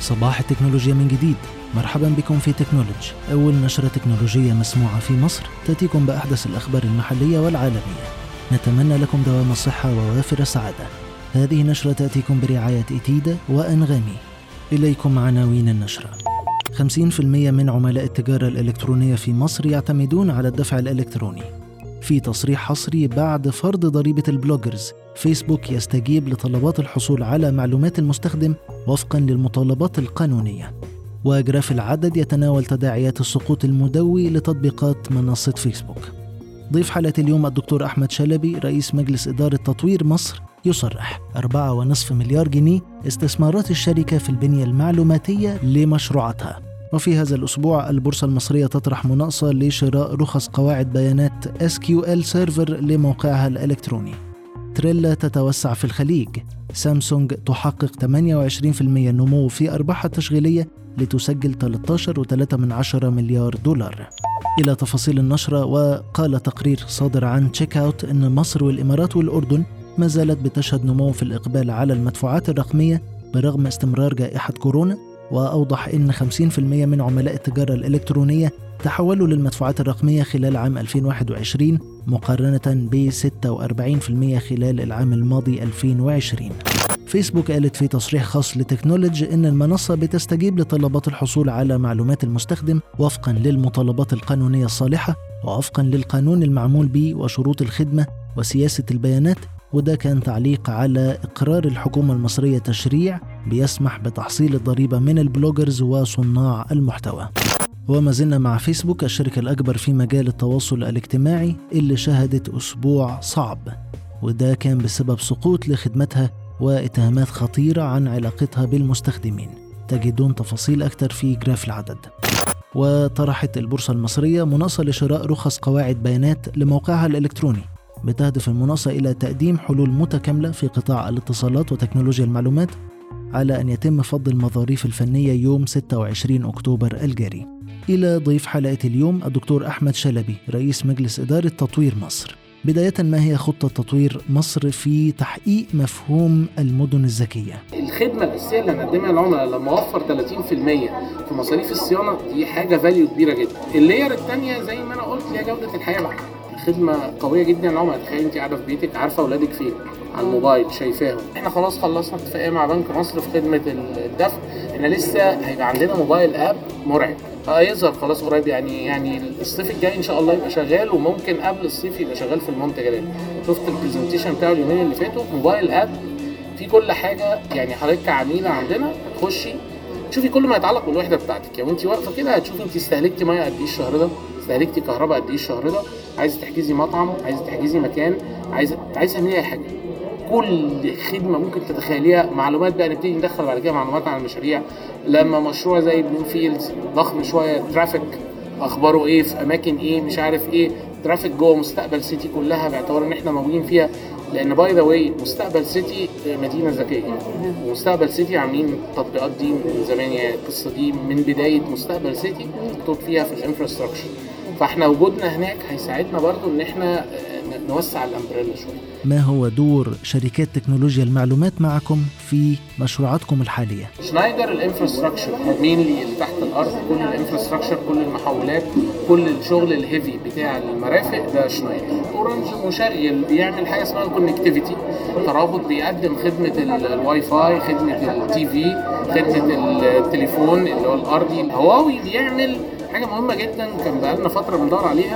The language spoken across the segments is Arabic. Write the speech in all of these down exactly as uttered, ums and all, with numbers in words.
صباح التكنولوجيا من جديد. مرحبا بكم في تكنولوجي، أول نشرة تكنولوجية مسموعة في مصر تأتيكم بأحدث الأخبار المحلية والعالمية. نتمنى لكم دوام الصحة ووافر السعادة. هذه نشرة تأتيكم برعاية إتيدا وأنغامي. إليكم عناوين النشرة. خمسين بالمئة من عملاء التجارة الإلكترونية في مصر يعتمدون على الدفع الإلكتروني. في تصريح حصري بعد فرض ضريبة البلوجرز، فيسبوك يستجيب لطلبات الحصول على معلومات المستخدم وفقاً للمطالبات القانونية. وجراف العدد يتناول تداعيات السقوط المدوي لتطبيقات منصة فيسبوك. ضيف حلقة اليوم الدكتور أحمد شلبي، رئيس مجلس إدارة تطوير مصر، يصرح أربعة ونصف مليار جنيه استثمارات الشركة في البنية المعلوماتية لمشروعاتها. وفي هذا الأسبوع البورصة المصرية تطرح مناقصة لشراء رخص قواعد بيانات إس كيو إل سيرفر لموقعها الإلكتروني. تريلا تتوسع في الخليج. سامسونج تحقق ثمانية وعشرين بالمئة نمو في أرباحها التشغيلية لتسجل ثلاثة عشر فاصلة ثلاثة مليار دولار. إلى تفاصيل النشرة. وقال تقرير صادر عن تشيك أوت أن مصر والإمارات والأردن ما زالت بتشهد نمو في الإقبال على المدفوعات الرقمية برغم استمرار جائحة كورونا. وأوضح أن خمسين بالمئة من عملاء التجارة الإلكترونية تحولوا للمدفوعات الرقمية خلال عام ألفين وواحد وعشرين مقارنة ب ستة وأربعين بالمئة خلال العام الماضي ألفين وعشرين. فيسبوك قالت في تصريح خاص لتكنولوجي أن المنصة بتستجيب لطلبات الحصول على معلومات المستخدم وفقاً للمطالبات القانونية الصالحة ووفقاً للقانون المعمول به وشروط الخدمة وسياسة البيانات. وده كان تعليق على إقرار الحكومة المصرية تشريع بيسمح بتحصيل الضريبة من البلوجرز وصناع المحتوى. وما زلنا مع فيسبوك، الشركة الأكبر في مجال التواصل الاجتماعي اللي شهدت أسبوع صعب، وده كان بسبب سقوط لخدمتها واتهامات خطيرة عن علاقتها بالمستخدمين. تجدون تفاصيل أكثر في جراف العدد. وطرحت البورصة المصرية مناقصة لشراء رخص قواعد بيانات لموقعها الإلكتروني. بتهدف المناقصة إلى تقديم حلول متكاملة في قطاع الاتصالات وتكنولوجيا المعلومات على أن يتم فض المظاريف الفنية يوم ستة وعشرين أكتوبر الجاري. إلى ضيف حلقة اليوم الدكتور أحمد شلبي، رئيس مجلس إدارة تطوير مصر. بداية، ما هي خطة تطوير مصر في تحقيق مفهوم المدن الذكية؟ الخدمة الأساسية اللي هنقدمها للعملاء لما أوفر ثلاثين بالمئة في مصاريف الصيانة، دي حاجة فاليو كبيرة جدا. اللير الثانية زي ما أنا قلت هي جودة الحياة بقى. خدمة قوية جدا للعملاء. تخيل أنت قاعدة في بيتك عارفة أولادك فين على الموبايل، شايفاهم. احنا خلاص خلصنا اتفاقية مع بنك مصر في خدمة الدفع. احنا لسه هيبقى عندنا موبايل اب مرعب هيظهر خلاص قريب، يعني يعني الصيف الجاي ان شاء الله يبقى شغال، وممكن قبل الصيف يبقى شغال في المنتجات. شفت البرزنتيشن بتاعه اليومين اللي فاتوا، موبايل اب في كل حاجة. يعني حضرتك كعميلة عندنا تخشي تشوفي كل ما يتعلق بالوحدة بتاعتك. يعني وانت واقفة كده هتشوفي انت استهلكتي مية قد ايه الشهر ده، استهلكتي كهرباء قد ايه الشهر ده، عايزة تحجزي مطعم، عايزة تحجزي مكان، عايزة عايزة تعملي اي حاجة. كل خدمة ممكن تتخيليها. معلومات بقى نبتدي ندخل بعد كده معلومات عن المشاريع. لما مشروع زي بلو فيلدز ضخم شوية، ترافيك اخباره ايه في اماكن ايه، مش عارف ايه، ترافيك جوه مستقبل سيتي كلها باعتبار ان احنا موجودين فيها. لان باي ذا واي مستقبل سيتي مدينة ذكية، ومستقبل سيتي عاملين التطبيقات دي من زمان. يعني القصة دي من بداية مستقبل سيتي مكتوب فيها في الانفراستراكشر. فاحنا وجودنا هناك هيساعدنا برضو ان احنا نوسع الامبريلا شوية. ما هو دور شركات تكنولوجيا المعلومات معكم في مشروعاتكم الحالية؟ شنايدر الانفراستراكشر مينلي اللي تحت الارض، كل الانفراستراكشر، كل المحولات، كل الشغل الهيفي بتاع المرافق ده شنايدر. اورنج مشغل بيعمل حاجه اسمها الكونكتيفيتي، ترابط، بيقدم خدمه الواي فاي، خدمه التي في، خدمه التليفون اللي هو الارضي. هواوي بيعمل حاجه مهمه جدا كان بقالنا فتره بندور عليها.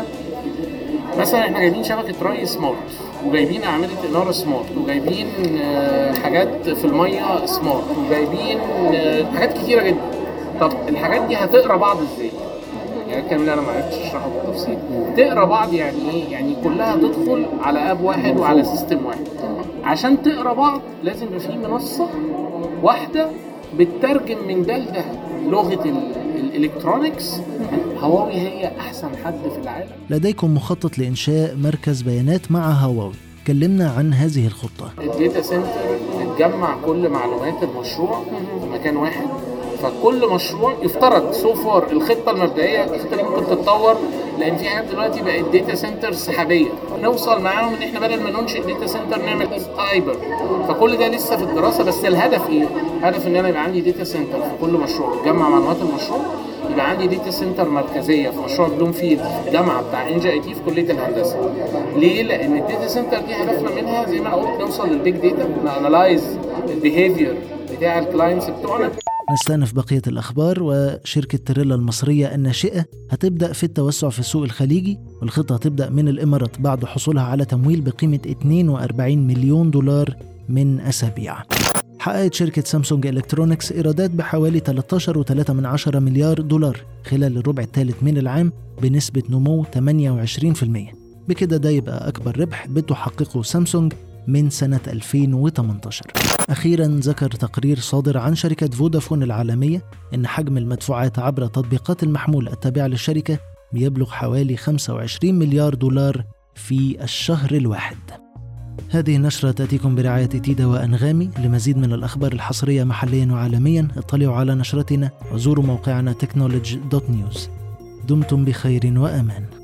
مثلا احنا جايبين شبكه ري سمارت، وجايبين اعمده اناره سمارت، وجايبين حاجات في الميه سمارت، وجايبين حاجات كتيره جدا. طب الحاجات دي هتقرا بعض ازاي؟ يعني الكلام اللي انا ما عرفتش اشرحه بالتفصيل. تقرا بعض يعني ايه؟ يعني كلها تدخل على اب واحد وعلى سيستم واحد. عشان تقرا بعض لازم يبقى في منصه واحده بتترجم من ده لده لغه الالكترونيكس. هواوي هي احسن حد في العالم. لديكم مخطط لانشاء مركز بيانات مع هواوي، كلمنا عن هذه الخطه. الداتا سنتر بتجمع كل معلومات المشروع في مكان واحد، فكل مشروع يفترض سو فار الخطه المبدئيه، الخطه دي ممكن تتطور، لان في حاجات دلوقتي بقت داتا سنتر سحابيه، نوصل معاهم ان احنا بدل ما ننشئ داتا سنتر نعمل فايبر. فكل ده لسه في الدراسه، بس الهدف ايه؟ الهدف ان انا يبقى عندي داتا سنتر في كل مشروع تجمع معلومات المشروع، يبقى عندي داتا سنتر مركزيه في مشروع بلوم فيلد الجامعه بتاع انجا اي تي في كليه الهندسه. ليه؟ لان الداتا سنتر دي هدفنا منها زي ما انا قلت نوصل للبيج داتا، نانلايز البيهيفير بتاع الكلاينتس بتوعنا. نستأنف بقية الأخبار. وشركة تريلا المصرية الناشئة هتبدأ في التوسع في السوق الخليجي، والخطة هتبدأ من الإمارات بعد حصولها على تمويل بقيمة اثنين وأربعين مليون دولار من أسابيع. حققت شركة سامسونج إلكترونيكس إيرادات بحوالي ثلاثة عشر فاصلة ثلاثة مليار دولار خلال الربع الثالث من العام بنسبة نمو ثمانية وعشرين بالمئة. بكده ده يبقى أكبر ربح بتحققه سامسونج من سنة ألفين وثمانية عشر. أخيراً ذكر تقرير صادر عن شركة فودافون العالمية إن حجم المدفوعات عبر تطبيقات المحمول التابعة للشركة بيبلغ حوالي خمسة وعشرين مليار دولار في الشهر الواحد. هذه النشرة تأتيكم برعاية تيدا وأنغامي. لمزيد من الأخبار الحصرية محلياً وعالمياً اطلعوا على نشرتنا وزوروا موقعنا تكنولوجي دوت نيوز. دمتم بخير وأمان.